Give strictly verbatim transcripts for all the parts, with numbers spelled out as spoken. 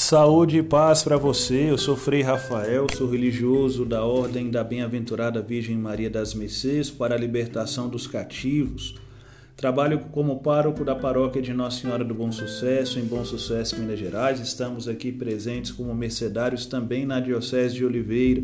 Saúde e paz para você, eu sou Frei Rafael, sou religioso da Ordem da Bem-aventurada Virgem Maria das Mercês para a libertação dos cativos. Trabalho como pároco da paróquia de Nossa Senhora do Bom Sucesso, em Bom Sucesso, Minas Gerais. Estamos aqui presentes como mercedários também na Diocese de Oliveira.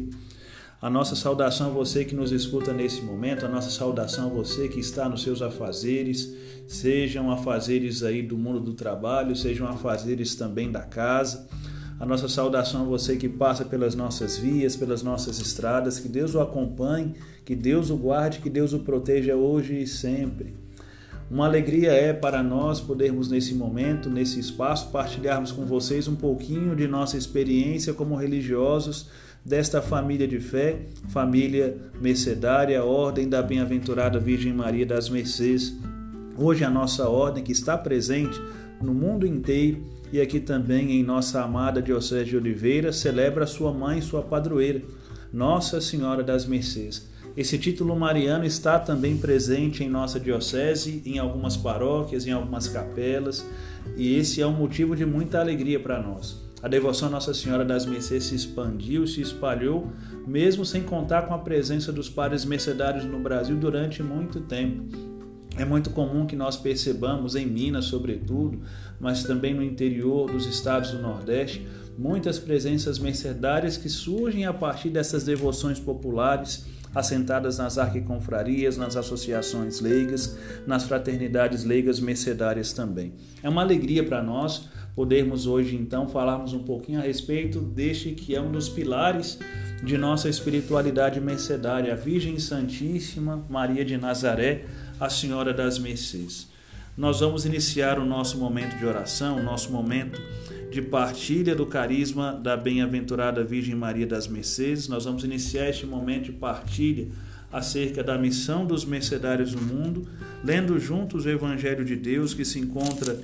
A nossa saudação a você que nos escuta nesse momento, a nossa saudação a você que está nos seus afazeres, sejam afazeres aí do mundo do trabalho, sejam afazeres também da casa. A nossa saudação a você que passa pelas nossas vias, pelas nossas estradas, que Deus o acompanhe, que Deus o guarde, que Deus o proteja hoje e sempre. Uma alegria é para nós podermos nesse momento, nesse espaço, partilharmos com vocês um pouquinho de nossa experiência como religiosos desta família de fé, família mercedária, Ordem da Bem-aventurada Virgem Maria das Mercês. Hoje a nossa ordem que está presente no mundo inteiro e aqui também em nossa amada Diocese de Oliveira celebra sua mãe, sua padroeira, Nossa Senhora das Mercês. Esse título mariano está também presente em nossa diocese, em algumas paróquias, em algumas capelas, e esse é um motivo de muita alegria para nós. A devoção a Nossa Senhora das Mercês se expandiu, se espalhou, mesmo sem contar com a presença dos padres mercedários no Brasil durante muito tempo. É muito comum que nós percebamos em Minas, sobretudo, mas também no interior dos estados do Nordeste, muitas presenças mercedárias que surgem a partir dessas devoções populares, assentadas nas arquiconfrarias, nas associações leigas, nas fraternidades leigas mercedárias também. É uma alegria para nós podermos hoje então falarmos um pouquinho a respeito deste que é um dos pilares de nossa espiritualidade mercedária, a Virgem Santíssima Maria de Nazaré, a Senhora das Mercês. Nós vamos iniciar o nosso momento de oração, o nosso momento de partilha do carisma da Bem-aventurada Virgem Maria das Mercês. Nós vamos iniciar este momento de partilha acerca da missão dos mercedários no mundo, lendo juntos o Evangelho de Deus que se encontra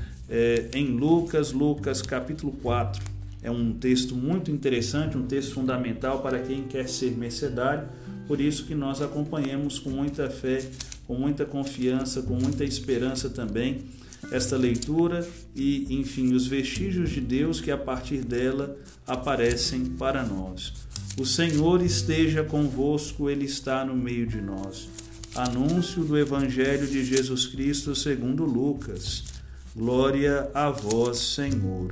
é, em Lucas, Lucas capítulo quatro. É um texto muito interessante, um texto fundamental para quem quer ser mercedário, por isso que nós acompanhamos com muita fé, com muita confiança, com muita esperança também esta leitura e, enfim, os vestígios de Deus que a partir dela aparecem para nós. O Senhor esteja convosco, Ele está no meio de nós. Anúncio do Evangelho de Jesus Cristo segundo Lucas. Glória a vós, Senhor.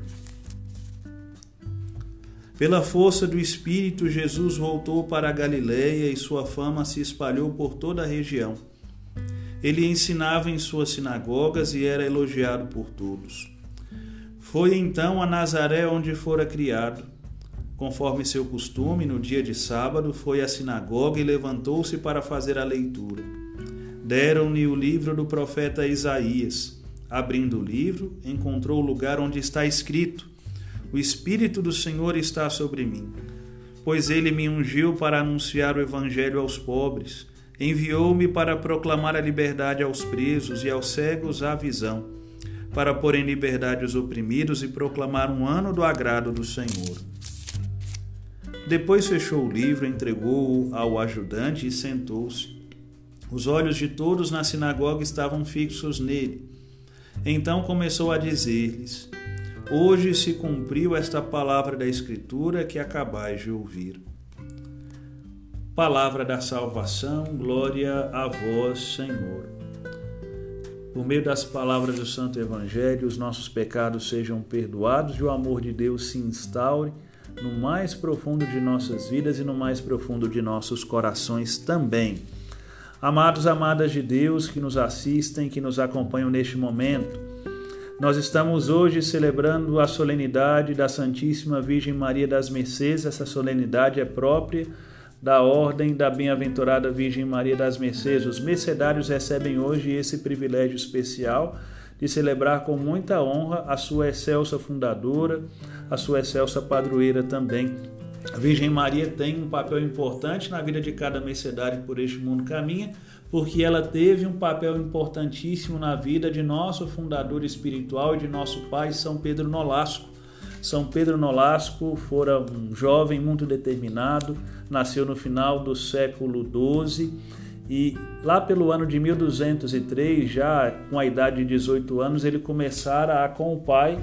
Pela força do Espírito, Jesus voltou para a Galiléia e sua fama se espalhou por toda a região. Ele ensinava em suas sinagogas e era elogiado por todos. Foi então a Nazaré onde fora criado. Conforme seu costume, no dia de sábado, foi à sinagoga e levantou-se para fazer a leitura. Deram-lhe o livro do profeta Isaías. Abrindo o livro, encontrou o lugar onde está escrito: O Espírito do Senhor está sobre mim, pois ele me ungiu para anunciar o evangelho aos pobres. Enviou-me para proclamar a liberdade aos presos e aos cegos a visão, para pôr em liberdade os oprimidos e proclamar um ano do agrado do Senhor. Depois fechou o livro, entregou-o ao ajudante e sentou-se. Os olhos de todos na sinagoga estavam fixos nele. Então começou a dizer-lhes: Hoje se cumpriu esta palavra da Escritura que acabais de ouvir. Palavra da salvação, glória a vós, Senhor. Por meio das palavras do Santo Evangelho, os nossos pecados sejam perdoados e o amor de Deus se instaure no mais profundo de nossas vidas e no mais profundo de nossos corações também. Amados, amadas de Deus que nos assistem, que nos acompanham neste momento, nós estamos hoje celebrando a solenidade da Santíssima Virgem Maria das Mercês. Essa solenidade é própria da Ordem da Bem-aventurada Virgem Maria das Mercês. Os mercedários recebem hoje esse privilégio especial de celebrar com muita honra a sua excelsa fundadora, a sua excelsa padroeira também. A Virgem Maria tem um papel importante na vida de cada mercedário que por este mundo caminha, porque ela teve um papel importantíssimo na vida de nosso fundador espiritual e de nosso pai, São Pedro Nolasco. São Pedro Nolasco fora um jovem muito determinado, nasceu no final do século doze e lá pelo ano de mil duzentos e três, já com a idade de dezoito anos, ele começara a, com o pai,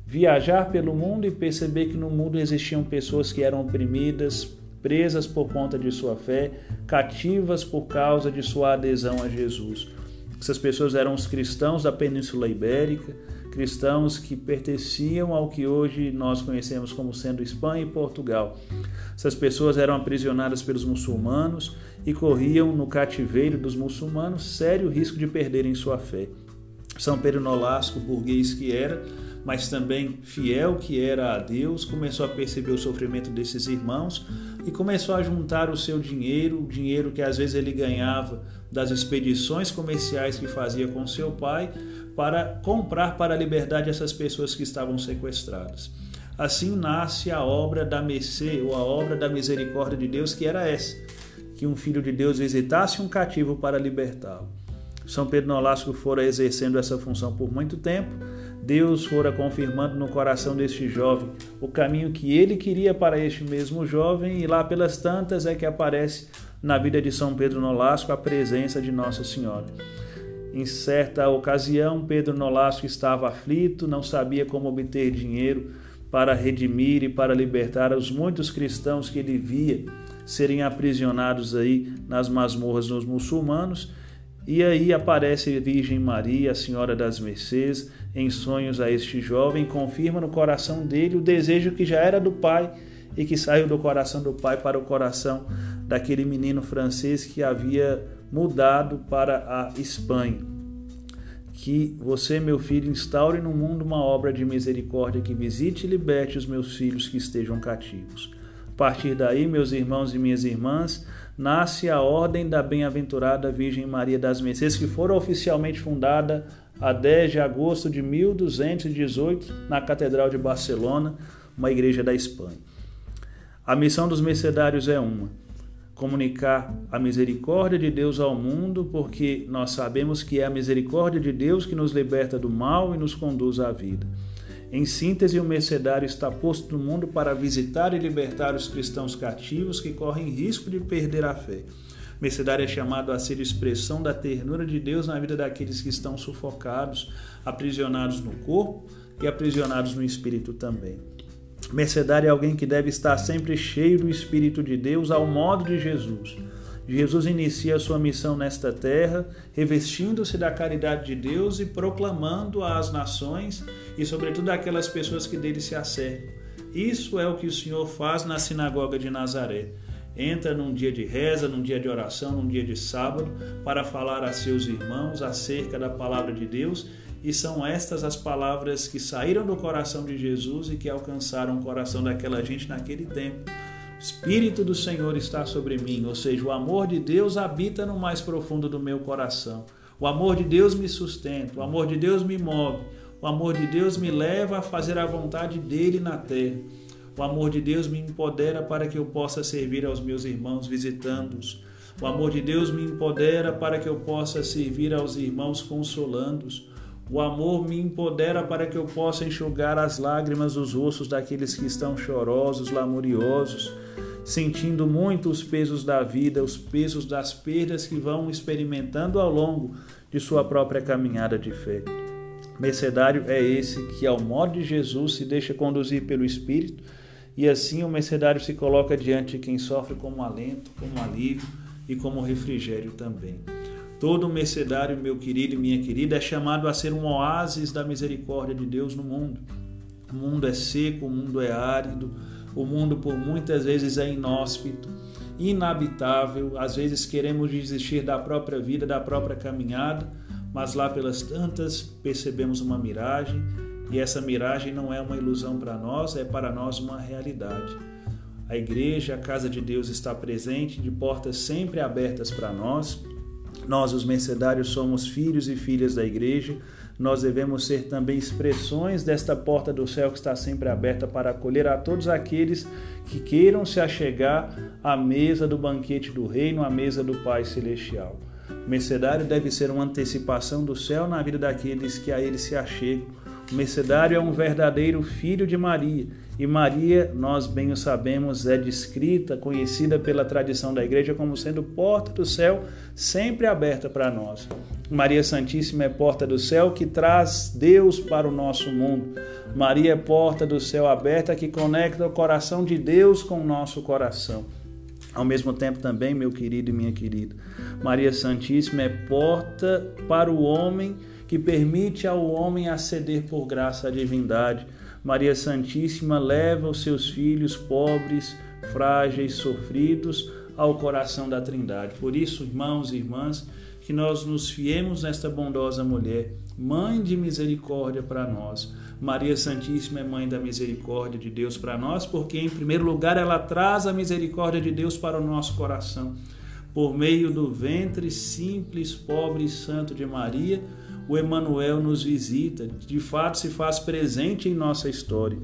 viajar pelo mundo e perceber que no mundo existiam pessoas que eram oprimidas, presas por conta de sua fé, cativas por causa de sua adesão a Jesus. Essas pessoas eram os cristãos da Península Ibérica, cristãos que pertenciam ao que hoje nós conhecemos como sendo Espanha e Portugal. Essas pessoas eram aprisionadas pelos muçulmanos e corriam no cativeiro dos muçulmanos sério risco de perderem sua fé. São Pedro Nolasco, burguês que era, mas também fiel que era a Deus, começou a perceber o sofrimento desses irmãos e começou a juntar o seu dinheiro, o dinheiro que às vezes ele ganhava das expedições comerciais que fazia com seu pai, para comprar para a liberdade essas pessoas que estavam sequestradas. Assim nasce a obra da mercê, ou a obra da misericórdia de Deus, que era essa, que um filho de Deus visitasse um cativo para libertá-lo. São Pedro Nolasco fora exercendo essa função por muito tempo. Deus fora confirmando no coração deste jovem o caminho que ele queria para este mesmo jovem, e lá pelas tantas é que aparece na vida de São Pedro Nolasco a presença de Nossa Senhora. Em certa ocasião, Pedro Nolasco estava aflito, não sabia como obter dinheiro para redimir e para libertar os muitos cristãos que ele via serem aprisionados aí nas masmorras dos muçulmanos. E aí aparece a Virgem Maria, a Senhora das Mercês, em sonhos a este jovem, confirma no coração dele o desejo que já era do pai e que saiu do coração do pai para o coração daquele menino francês que havia mudado para a Espanha. Que você, meu filho, instaure no mundo uma obra de misericórdia que visite e liberte os meus filhos que estejam cativos. A partir daí, meus irmãos e minhas irmãs, nasce a Ordem da Bem-aventurada Virgem Maria das Mercês, que foi oficialmente fundada a dez de agosto de mil duzentos e dezoito na Catedral de Barcelona, uma igreja da Espanha. A missão dos mercedários é uma: comunicar a misericórdia de Deus ao mundo, porque nós sabemos que é a misericórdia de Deus que nos liberta do mal e nos conduz à vida. Em síntese, o mercedário está posto no mundo para visitar e libertar os cristãos cativos que correm risco de perder a fé. O mercedário é chamado a ser expressão da ternura de Deus na vida daqueles que estão sufocados, aprisionados no corpo e aprisionados no espírito também. Mercedário é alguém que deve estar sempre cheio do Espírito de Deus, ao modo de Jesus. Jesus inicia a sua missão nesta terra, revestindo-se da caridade de Deus e proclamando às nações e, sobretudo, àquelas pessoas que dele se acercam. Isso é o que o Senhor faz na sinagoga de Nazaré. Entra num dia de reza, num dia de oração, num dia de sábado, para falar a seus irmãos acerca da palavra de Deus. E são estas as palavras que saíram do coração de Jesus e que alcançaram o coração daquela gente naquele tempo. O Espírito do Senhor está sobre mim, ou seja, o amor de Deus habita no mais profundo do meu coração. O amor de Deus me sustenta, o amor de Deus me move, o amor de Deus me leva a fazer a vontade dele na terra. O amor de Deus me empodera para que eu possa servir aos meus irmãos visitando-os. O amor de Deus me empodera para que eu possa servir aos irmãos consolando-os. O amor me empodera para que eu possa enxugar as lágrimas dos rostos daqueles que estão chorosos, lamuriosos, sentindo muito os pesos da vida, os pesos das perdas que vão experimentando ao longo de sua própria caminhada de fé. Mercedário é esse que, ao modo de Jesus, se deixa conduzir pelo Espírito, e assim o mercedário se coloca diante de quem sofre como alento, como alívio e como refrigério também. Todo mercedário, meu querido e minha querida, é chamado a ser um oásis da misericórdia de Deus no mundo. O mundo é seco, o mundo é árido, o mundo por muitas vezes é inóspito, inabitável. Às vezes queremos desistir da própria vida, da própria caminhada, mas lá pelas tantas percebemos uma miragem, e essa miragem não é uma ilusão para nós, é para nós uma realidade. A igreja, a casa de Deus está presente, de portas sempre abertas para nós. Nós, os mercedários, somos filhos e filhas da igreja. Nós devemos ser também expressões desta porta do céu que está sempre aberta para acolher a todos aqueles que queiram se achegar à mesa do banquete do reino, à mesa do Pai Celestial. O mercedário deve ser uma antecipação do céu na vida daqueles que a ele se achegam. O mercedário é um verdadeiro filho de Maria. E Maria, nós bem o sabemos, é descrita, conhecida pela tradição da igreja como sendo porta do céu sempre aberta para nós. Maria Santíssima é porta do céu que traz Deus para o nosso mundo. Maria é porta do céu aberta que conecta o coração de Deus com o nosso coração. Ao mesmo tempo também, meu querido e minha querida, Maria Santíssima é porta para o homem que permite ao homem aceder por graça à divindade. Maria Santíssima leva os seus filhos pobres, frágeis, sofridos ao coração da Trindade. Por isso, irmãos e irmãs, que nós nos fiemos nesta bondosa mulher, mãe de misericórdia para nós. Maria Santíssima é mãe da misericórdia de Deus para nós, porque em primeiro lugar ela traz a misericórdia de Deus para o nosso coração. Por meio do ventre simples, pobre e santo de Maria, o Emanuel nos visita, de fato se faz presente em nossa história.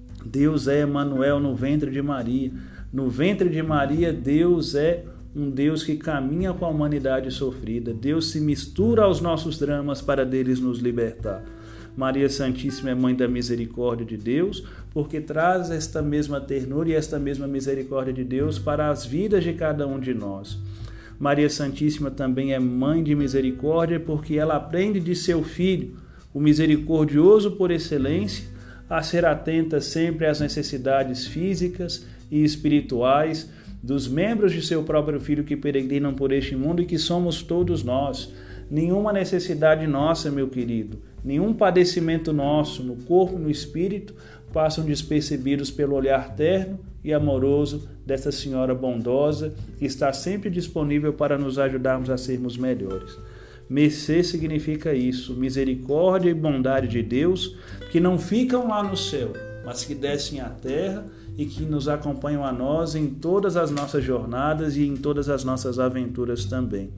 Deus é Emanuel no ventre de Maria. No ventre de Maria, Deus é um Deus que caminha com a humanidade sofrida. Deus se mistura aos nossos dramas para deles nos libertar. Maria Santíssima é mãe da misericórdia de Deus, porque traz esta mesma ternura e esta mesma misericórdia de Deus para as vidas de cada um de nós. Maria Santíssima também é mãe de misericórdia, porque ela aprende de seu filho, o misericordioso por excelência, a ser atenta sempre às necessidades físicas e espirituais dos membros de seu próprio filho que peregrinam por este mundo e que somos todos nós. Nenhuma necessidade nossa, meu querido, nenhum padecimento nosso, no corpo e no espírito, passam despercebidos pelo olhar terno e amoroso desta Senhora bondosa, que está sempre disponível para nos ajudarmos a sermos melhores. Mercê significa isso, misericórdia e bondade de Deus, que não ficam lá no céu, mas que descem à terra e que nos acompanham a nós em todas as nossas jornadas e em todas as nossas aventuras também.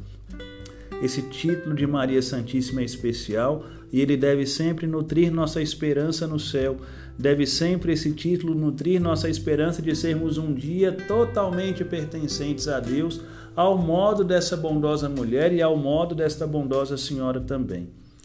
Esse título de Maria Santíssima é especial e ele deve sempre nutrir nossa esperança no céu. Deve sempre esse título nutrir nossa esperança de sermos um dia totalmente pertencentes a Deus, ao modo dessa bondosa mulher e ao modo desta bondosa senhora também.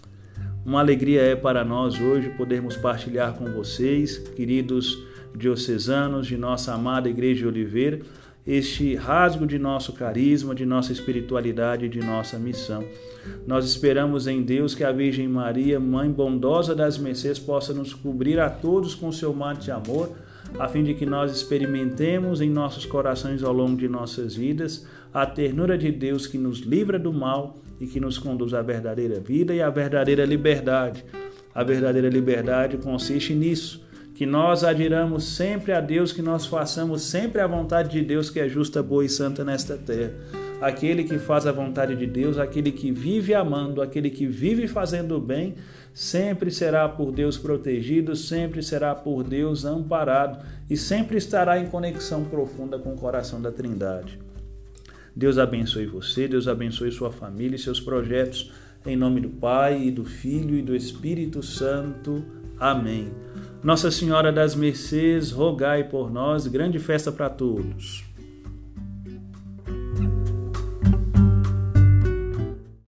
Uma alegria é para nós hoje podermos partilhar com vocês, queridos diocesanos de nossa amada Igreja de Oliveira, este rasgo de nosso carisma, de nossa espiritualidade e de nossa missão. Nós esperamos em Deus que a Virgem Maria, Mãe bondosa das mercês, possa nos cobrir a todos com seu manto de amor, a fim de que nós experimentemos em nossos corações ao longo de nossas vidas a ternura de Deus que nos livra do mal e que nos conduz à verdadeira vida e à verdadeira liberdade. A verdadeira liberdade consiste nisso, que nós admiramos sempre a Deus, que nós façamos sempre a vontade de Deus, que é justa, boa e santa nesta terra. Aquele que faz a vontade de Deus, aquele que vive amando, aquele que vive fazendo o bem, sempre será por Deus protegido, sempre será por Deus amparado e sempre estará em conexão profunda com o coração da Trindade. Deus abençoe você, Deus abençoe sua família e seus projetos, em nome do Pai, e do Filho e do Espírito Santo. Amém. Nossa Senhora das Mercês, rogai por nós. Grande festa para todos.